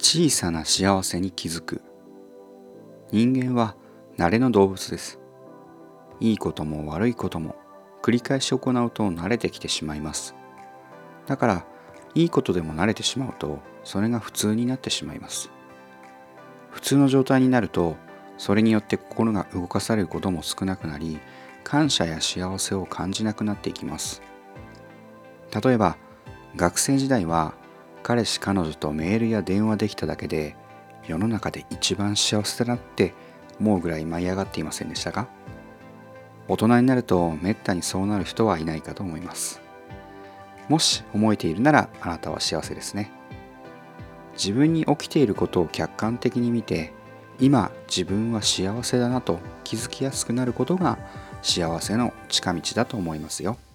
小さな幸せに気づく。人間は慣れの動物です。いいことも悪いことも繰り返し行うと慣れてきてしまいます。だからいいことでも慣れてしまうとそれが普通になってしまいます。普通の状態になるとそれによって心が動かされることも少なくなり、感謝や幸せを感じなくなっていきます。例えば学生時代は彼氏彼女とメールや電話できただけで世の中で一番幸せだなって思うぐらい舞い上がっていませんでしたか？大人になるとめったにそうなる人はいないかと思います。もし思えているならあなたは幸せですね。自分に起きていることを客観的に見て、今自分は幸せだなと気づきやすくなることが幸せの近道だと思いますよ。